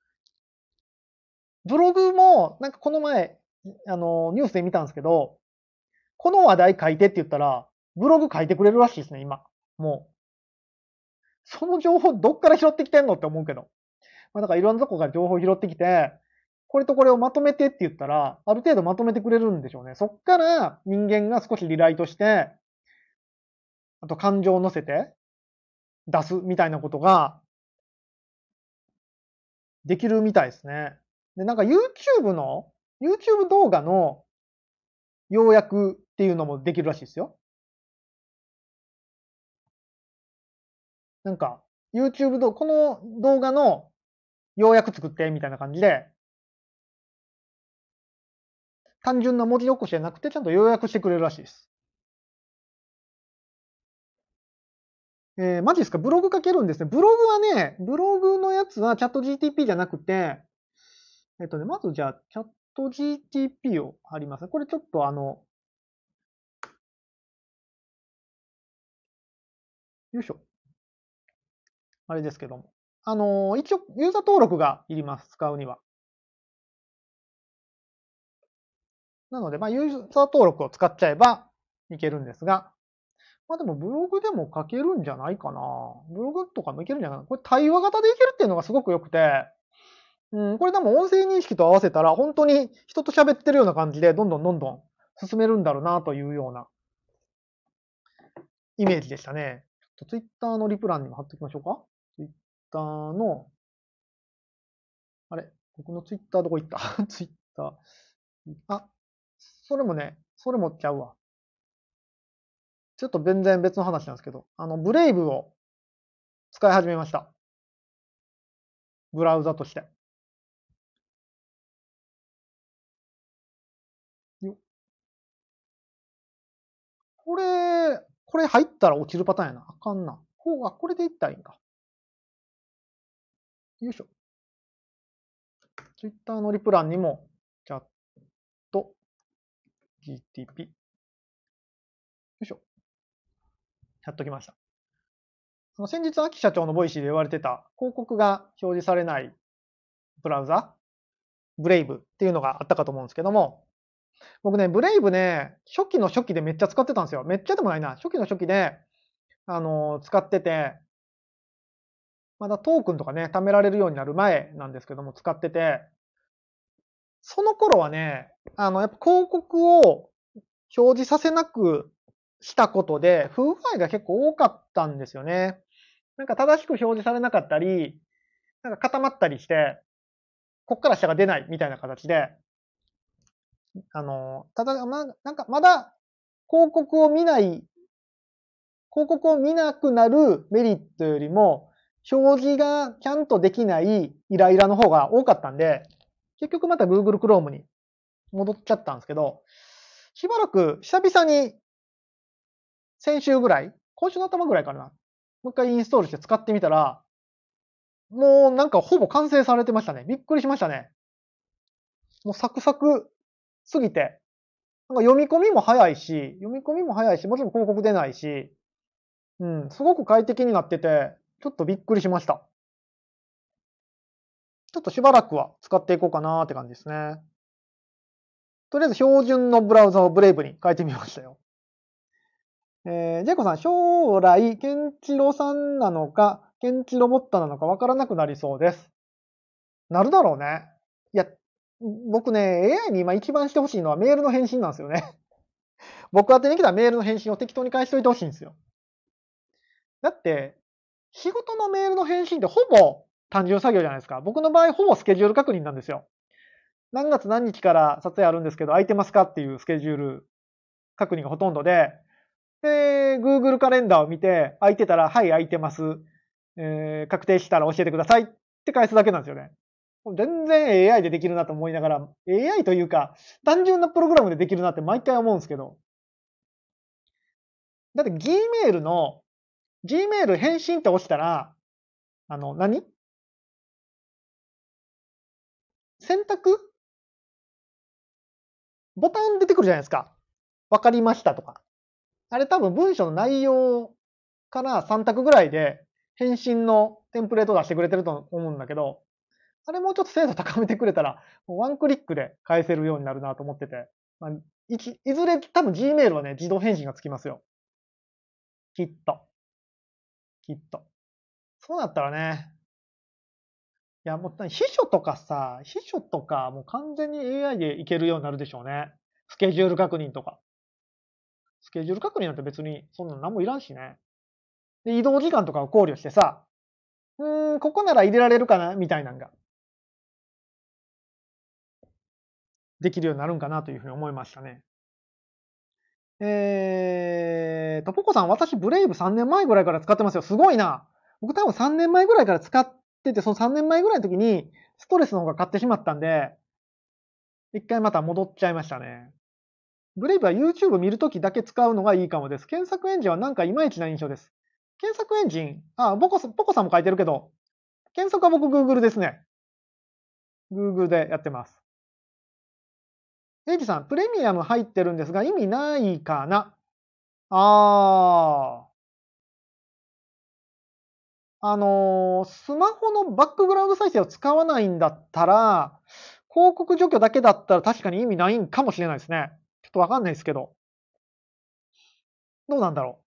ブログも、なんかこの前、ニュースで見たんですけど、この話題書いてって言ったら、ブログ書いてくれるらしいですね、今。もう。その情報どっから拾ってきてんのって思うけど。だからいろんなとこから情報拾ってきて、これとこれをまとめてって言ったら、ある程度まとめてくれるんでしょうね。そっから人間が少しリライトして、あと感情を乗せて出すみたいなことができるみたいですね。で、なんか YouTube 動画の要約っていうのもできるらしいですよ。なんか この動画の要約作ってみたいな感じで、単純な文字起こしじゃなくてちゃんと要約してくれるらしいです。マジですか？ブログ書けるんですね。ブログのやつはチャット GTP じゃなくて、まずじゃあ、チャット GTP を貼ります。これちょっとよいしょ。あれですけども。一応、ユーザー登録がいります。使うには。なので、ユーザー登録を使っちゃえばいけるんですが、でもブログでも書けるんじゃないかな。ブログとかもいけるんじゃないかな。これ対話型でいけるっていうのがすごく良くて、これでも音声認識と合わせたら本当に人と喋ってるような感じでどんどん進めるんだろうなというようなイメージでしたね。ちょっとツイッターのリプ欄にも貼っておきましょうか。ツイッターの、あれ僕のツイッターどこ行ったツイッター。それもちゃうわ。ちょっと全然別の話なんですけど、ブレイブを使い始めました。ブラウザとして。これ入ったら落ちるパターンやな。あかんな。これでいったらいいんか。よいしょ。ツイッターのリプ欄にも、チャット、GTP。よいしょ。やっときました。先日、秋社長のボイシーで言われてた、広告が表示されないブラウザ、ブレイブっていうのがあったかと思うんですけども、僕ね、ブレイブね、初期の初期でめっちゃ使ってたんですよ。めっちゃでもないな。初期の初期で、使ってて、まだトークンとかね、貯められるようになる前なんですけども、使ってて、その頃はね、やっぱ広告を表示させなくしたことで、不具合が結構多かったんですよね。なんか正しく表示されなかったり、なんか固まったりして、こっから下が出ないみたいな形で、なんかまだ広告を見なくなるメリットよりも、表示がちゃんとできないイライラの方が多かったんで、結局また Google Chrome に戻っちゃったんですけど、しばらく久々に先週ぐらい、今週の頭ぐらいかな。もう一回インストールして使ってみたら、もうなんかほぼ完成されてましたね。びっくりしましたね。もうサクサクすぎて、なんか読み込みも早いし、もちろん広告出ないし、うん、すごく快適になってて、ちょっとびっくりしました。ちょっとしばらくは使っていこうかなーって感じですね。とりあえず標準のブラウザをブレイブに変えてみましたよ。ジェイコさん、将来、ケンチロさんなのか、ケンチロボットなのかわからなくなりそうです。なるだろうね。いや、僕ね、AI に今一番してほしいのはメールの返信なんですよね。僕宛てに来たメールの返信を適当に返しといてほしいんですよ。だって、仕事のメールの返信ってほぼ単純作業じゃないですか。僕の場合、ほぼスケジュール確認なんですよ。何月何日から撮影あるんですけど、空いてますかっていうスケジュール確認がほとんどで、で、Google カレンダーを見て、空いてたら、はい、空いてます。確定したら教えてくださいって返すだけなんですよね。全然 AI でできるなと思いながら、AI というか、単純なプログラムでできるなって毎回思うんですけど。だって Gmail 返信って押したら、選択ボタン出てくるじゃないですか。わかりましたとか。あれ多分文章の内容から3択ぐらいで返信のテンプレート出してくれてると思うんだけど、あれもうちょっと精度高めてくれたら、ワンクリックで返せるようになるなと思ってて、まあ、いずれ多分 Gmail はね、自動返信がつきますよ。きっと。きっと。そうなったらね、いやもう秘書とかもう完全に AI でいけるようになるでしょうね。スケジュール確認とか。スケジュール確認なんて別にそんなの何もいらんしね。で、移動時間とかを考慮してさ、ここなら入れられるかなみたいなのができるようになるんかなというふうに思いましたね。ポコさん、私、ブレイブ3年前ぐらいから使ってますよ。すごいな。僕多分3年前ぐらいから使ってて、その3年前ぐらいの時に、ストレスの方が買ってしまったんで、一回また戻っちゃいましたね。ブレイブは YouTube 見るときだけ使うのがいいかもです。検索エンジンはなんかいまいちな印象です。検索エンジン、ポコさんも書いてるけど、検索は僕 Google ですね。Google でやってます。エイジさん、プレミアム入ってるんですが意味ないかな。スマホのバックグラウンド再生を使わないんだったら、広告除去だけだったら確かに意味ないんかもしれないですね。ちょっとわかんないですけど。どうなんだろう。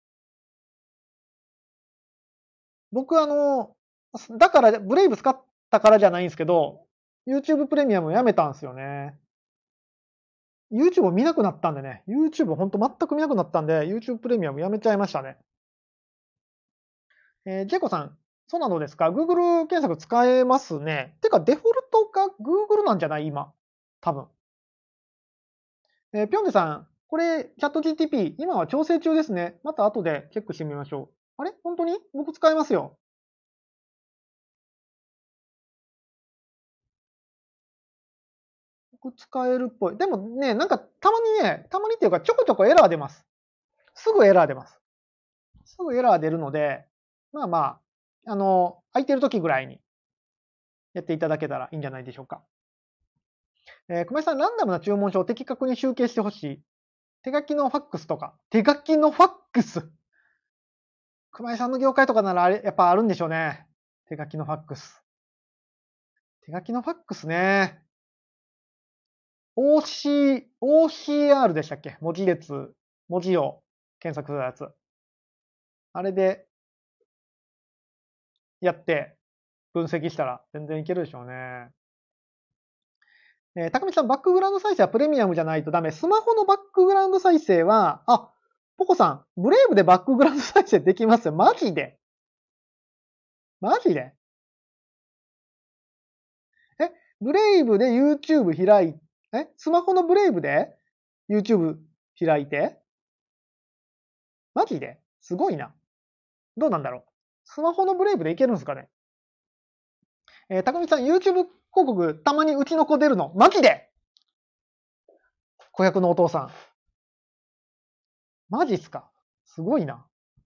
僕だから、ブレイブ使ったからじゃないんですけど、YouTube プレミアムやめたんですよね。YouTube を見なくなったんでね。YouTube ほんと全く見なくなったんで、YouTube プレミアムやめちゃいましたね。ジェコさん、そうなのですか？ Google 検索使えますね。てか、デフォルトが Google なんじゃない今。多分。ぴょんでさん、これ、チャット GTP、今は調整中ですね。また後でチェックしてみましょう。あれ本当に僕使えますよ。僕使えるっぽい。でもね、なんかたまにっていうかちょこちょこエラー出ます。すぐエラー出ます。すぐエラー出るので、まあまあ、空いてる時ぐらいにやっていただけたらいいんじゃないでしょうか。熊井さん、ランダムな注文書を的確に集計してほしい。手書きのファックスとか。手書きのファックス。熊井さんの業界とかならやっぱあるんでしょうね。手書きのファックス。手書きのファックスね。OCR でしたっけ？文字列、文字を検索するやつ。あれでやって分析したら全然いけるでしょうね。高見さん、バックグラウンド再生はプレミアムじゃないとダメ。スマホのバックグラウンド再生は、ポコさん、ブレイブでバックグラウンド再生できますよ。マジでマジでブレイブで YouTube 開い、スマホのブレイブで YouTube 開いてマジですごいな。どうなんだろう。スマホのブレイブでいけるんですかね。高見さん、YouTube 広告たまにうちの子出るの。マジで子役のお父さん。マジっすか。 すごいな。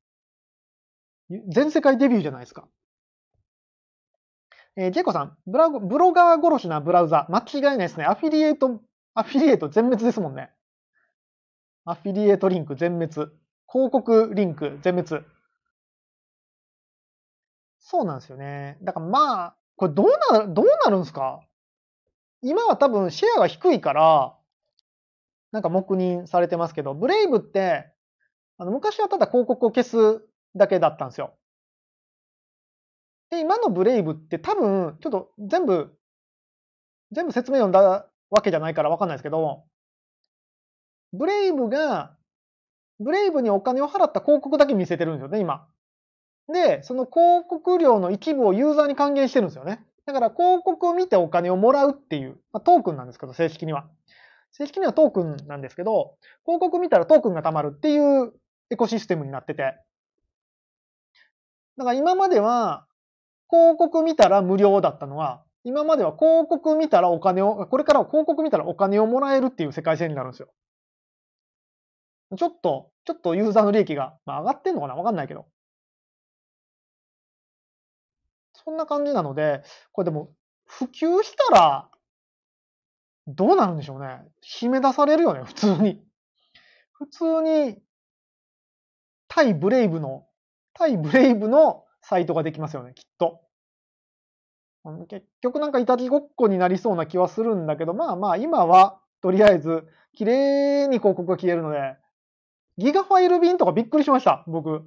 全世界デビューじゃないですか。ジェイコさん、ブロガー殺しなブラウザ、間違いないですね。アフィリエイト全滅ですもんね。アフィリエイトリンク全滅。広告リンク全滅。そうなんですよね。だからまあ、これどうなるんですか？今は多分シェアが低いから、なんか黙認されてますけど、ブレイブって、昔はただ広告を消すだけだったんですよ。で、今のブレイブって多分、ちょっと全部説明読んだわけじゃないからわかんないですけど、ブレイブにお金を払った広告だけ見せてるんですよね、今。で、その広告料の一部をユーザーに還元してるんですよね。だから広告を見てお金をもらうっていう、トークンなんですけど、正式には。正式にはトークンなんですけど、広告見たらトークンが貯まるっていうエコシステムになってて。だから今までは、広告見たら無料だったのは、今までは広告見たらこれからは広告見たらお金をもらえるっていう世界線になるんですよ。ちょっとユーザーの利益が、上がってんのかなわかんないけど。そんな感じなので、これでも、普及したら、どうなるんでしょうね。締め出されるよね、普通に。普通に、対ブレイブのサイトができますよね、きっと。結局なんかいたちごっこになりそうな気はするんだけど、今は、とりあえず、綺麗に広告が消えるので、ギガファイル便とかびっくりしました、僕。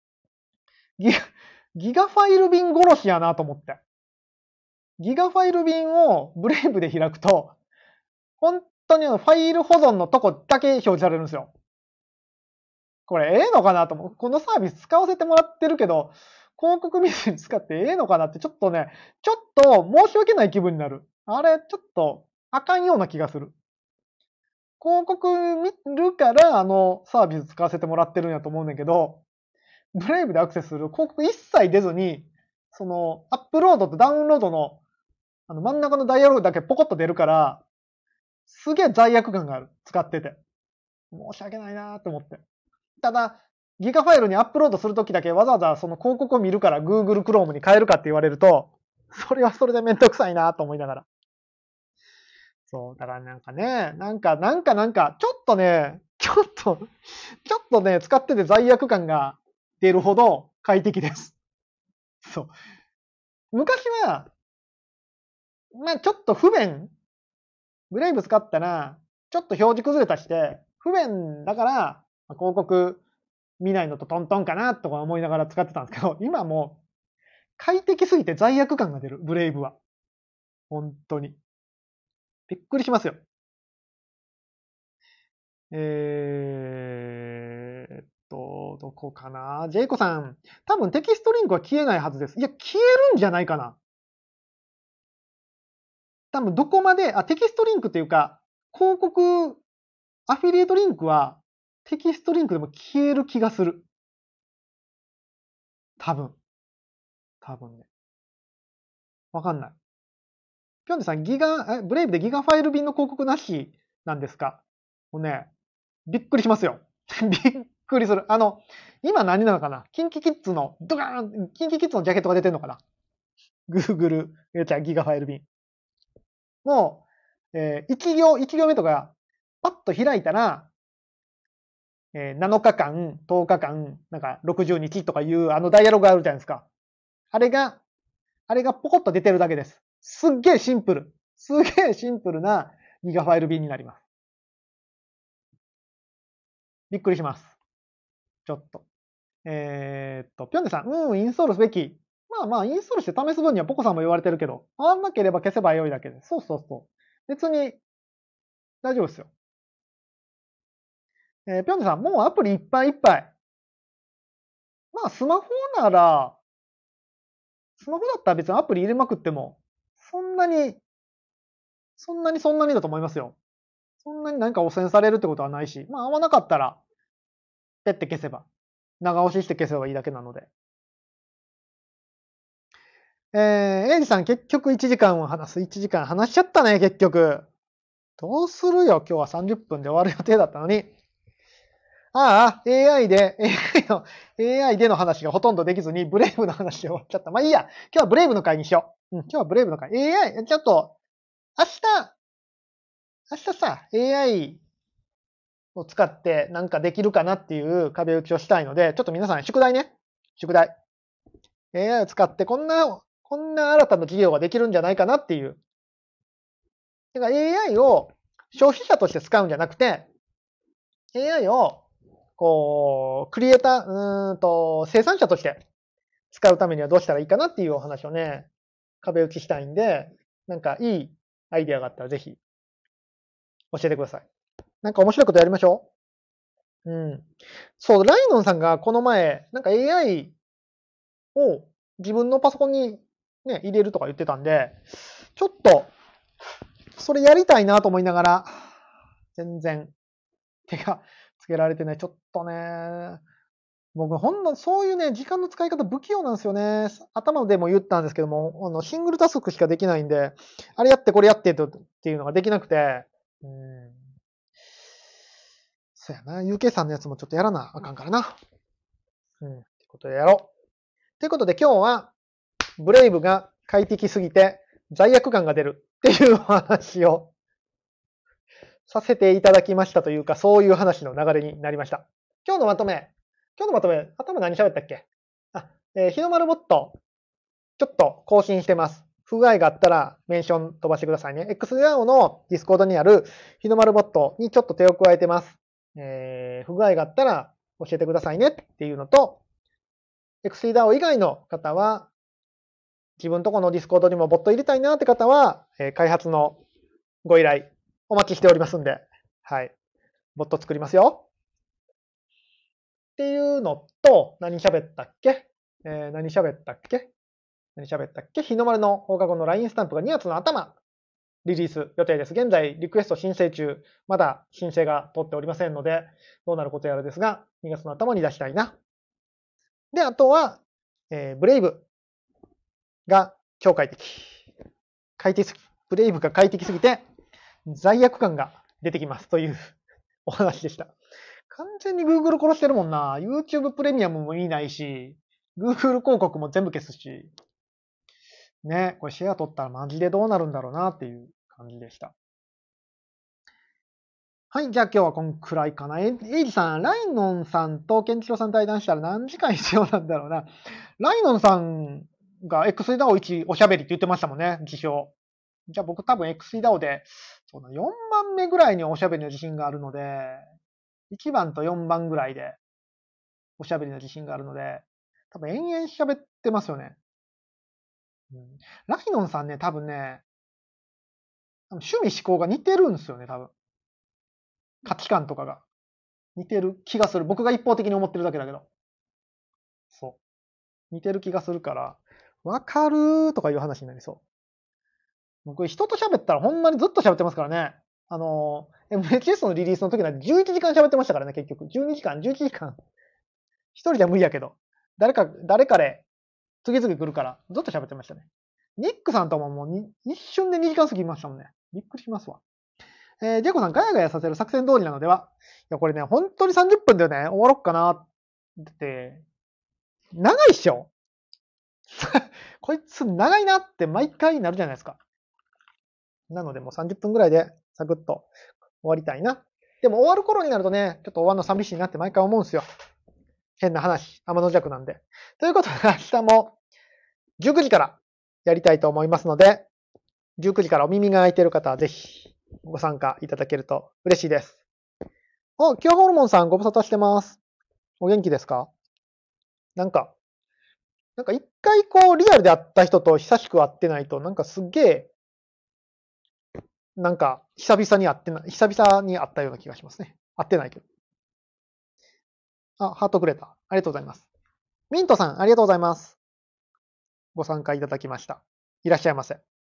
ギガファイル便殺しやなと思って。ギガファイル便をブレイブで開くと、本当にファイル保存のとこだけ表示されるんですよ。これのかなと思う。このサービス使わせてもらってるけど、広告見ずに使ってのかなってちょっと申し訳ない気分になる。あれ、ちょっとあかんような気がする。広告見るからサービス使わせてもらってるんやと思うんだけど、ブレイブでアクセスする広告一切出ずに、そのアップロードとダウンロードの真ん中のダイヤログだけポコッと出るから、すげえ罪悪感がある。使ってて。申し訳ないなと思って。ただ、ギガファイルにアップロードするときだけわざわざその広告を見るから Google Chrome に変えるかって言われると、それはそれでめんどくさいなと思いながら。そう、だからなんかね、ちょっとね、使ってて罪悪感が出るほど快適です。そう。昔は、ちょっと不便、ブレイブ使ったら、ちょっと表示崩れたして、不便だから、広告見ないのとトントンかなとか思いながら使ってたんですけど、今も快適すぎて罪悪感が出る、ブレイブは。本当に。びっくりしますよ。どこかな？ジェイコさん。多分テキストリンクは消えないはずです。いや、消えるんじゃないかな。多分どこまで、テキストリンクっていうか、広告、アフィリエイトリンクはテキストリンクでも消える気がする。多分ね。わかんない。ぴょんでさん、ブレイブでギガファイル便の広告なしなんですか？もうね、びっくりしますよ。びっくりする。今何なのかな？キンキキッズの、キンキキッズのジャケットが出てんのかな？ Google、ギガファイル便。もう、1行目とか、パッと開いたら、7日間、10日間、なんか60日とかいうダイアログがあるじゃないですか。あれがポコッと出てるだけです。すっげえシンプルなギガファイル便になります。びっくりします。ちょっと。ぴょんねさん、インストールすべき。インストールして試す分にはポコさんも言われてるけど、合わなければ消せばよいだけで。そう。別に大丈夫ですよ。ぴょんねさん、もうアプリいっぱいいっぱい。スマホだったら別にアプリ入れまくっても、そんなにだと思いますよ。そんなに何か汚染されるってことはないし、合わなかったら、ペッて消せば、長押しして消せばいいだけなので。エイジさん結局1時間を話す。1時間話しちゃったね、結局。どうするよ、今日は30分で終わる予定だったのに。 AI での話がほとんどできずに、ブレイブの話で終わっちゃった。まあいいや。今日はブレイブの回にしよう。今日はブレイブの回。AI、ちょっと、明日さ、AI を使ってなんかできるかなっていう壁打ちをしたいので、ちょっと皆さん宿題ね。宿題。AI を使ってこんな新たな事業ができるんじゃないかなっていう。だから AI を消費者として使うんじゃなくて、AI をクリエイター、生産者として使うためにはどうしたらいいかなっていうお話をね、壁打ちしたいんで、なんかいいアイデアがあったらぜひ教えてください。なんか面白いことやりましょう。そう、ライノンさんがこの前、なんか AI を自分のパソコンにね、入れるとか言ってたんで、ちょっと、それやりたいなと思いながら、全然手がつけられてない。ちょっとね、僕そういうね、時間の使い方不器用なんですよね。頭でも言ったんですけども、シングルタスクしかできないんで、あれやってこれやってっていうのができなくて、そうやな、UK さんのやつもちょっとやらなあかんからな。ってことでやろう。ということで今日は、ブレイブが快適すぎて罪悪感が出るっていうお話をさせていただきましたというか、そういう話の流れになりました。今日のまとめ、頭何喋ったっけ？日の丸ボット、ちょっと更新してます。不具合があったらメンション飛ばしてくださいね。XDAO のディスコードにある日の丸ボットにちょっと手を加えてます。不具合があったら教えてくださいねっていうのと、XDAO 以外の方は、自分とこのディスコードにもボット入れたいなって方は、開発のご依頼お待ちしておりますんで、はい。ボット作りますよ。っていうのと、何喋ったっけ日の丸の放課後の LINE スタンプが2月の頭、リリース予定です。現在、リクエスト申請中、まだ申請が通っておりませんので、どうなることやらですが、2月の頭に出したいな。で、あとは、ブレイブが超快適。ブレイブが快適すぎて、罪悪感が出てきますというお話でした。完全に Google 殺してるもんな。YouTube プレミアムもいないし、Google 広告も全部消すし。ね、これシェア取ったらマジでどうなるんだろうなっていう感じでした。はい、じゃあ今日はこんくらいかな。エイジさん、ライノンさんとケンチロさん対談したら何時間必要なんだろうな。ライノンさんが XDAO1 おしゃべりって言ってましたもんね、自称。じゃあ僕多分 XDAO で、そうだ、4番目ぐらいにおしゃべりの自信があるので、1番と4番ぐらいでおしゃべりの自信があるので、多分延々喋ってますよね。ライノンさんね、多分ね、趣味思考が似てるんですよね、多分。価値観とかが。似てる気がする。僕が一方的に思ってるだけだけど。そう。似てる気がするから、わかるーとかいう話になりそう。僕、人と喋ったらほんまにずっと喋ってますからね。MHS のリリースの時なんて11時間喋ってましたからね、結局。12時間、11時間。一人じゃ無理やけど。誰かで、次々来るから、ずっと喋ってましたね。ニックさんとももう一瞬で2時間過ぎましたもんね。びっくりしますわ。ジェコさん、ガヤガヤさせる作戦通りなのでは？いや、これね、本当に30分でね、終わろっかなって、長いっしょこいつ長いなって毎回なるじゃないですか。なのでもう30分ぐらいでサクッと終わりたいな。でも終わる頃になるとね、ちょっと終わるの寂しいなって毎回思うんですよ。変な話、天の弱なんで。ということで明日も19時からやりたいと思いますので、19時からお耳が空いている方はぜひご参加いただけると嬉しいです。キュアホルモンさんご無沙汰してます。お元気ですか？なんか一回リアルで会った人と久しく会ってないと、すっげえ、久々に会ったような気がしますね。会ってないけど。ハートくれた。ありがとうございます。ミントさん、ありがとうございます。ご参加いただきました。いらっしゃいませ。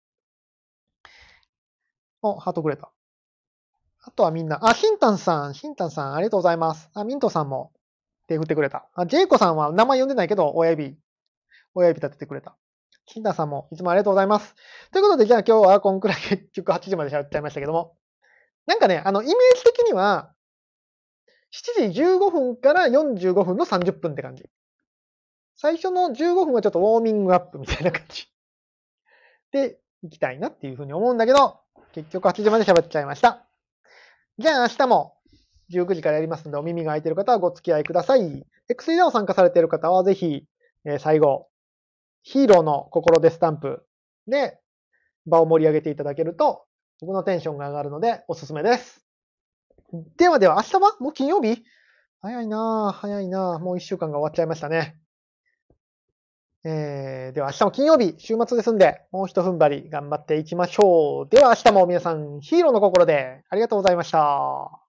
ハートくれた。あとはみんな、シンタンさん、ありがとうございます。ミントさんも手振ってくれた。ジェイコさんは名前呼んでないけど、親指立ててくれた。シンタンさんもいつもありがとうございます。ということで、じゃあ今日はこんくらい結局8時まで喋っちゃいましたけども。イメージ的には、 7時15分から45分の30分って感じ。最初の15分はちょっとウォーミングアップみたいな感じ。で、行きたいなっていうふうに思うんだけど、結局8時まで喋っちゃいました。じゃあ明日も19時からやりますので、お耳が空いている方はご付き合いください。X ダを参加されている方はぜひ、最後、ヒーローの心でスタンプで場を盛り上げていただけると、僕のテンションが上がるのでおすすめです。ではでは、明日はもう金曜日早いなぁ、早いなぁ。もう1週間が終わっちゃいましたね。では明日も金曜日、週末ですんで、もう一踏ん張り頑張っていきましょう。では明日も皆さん、ヒーローの心でありがとうございました。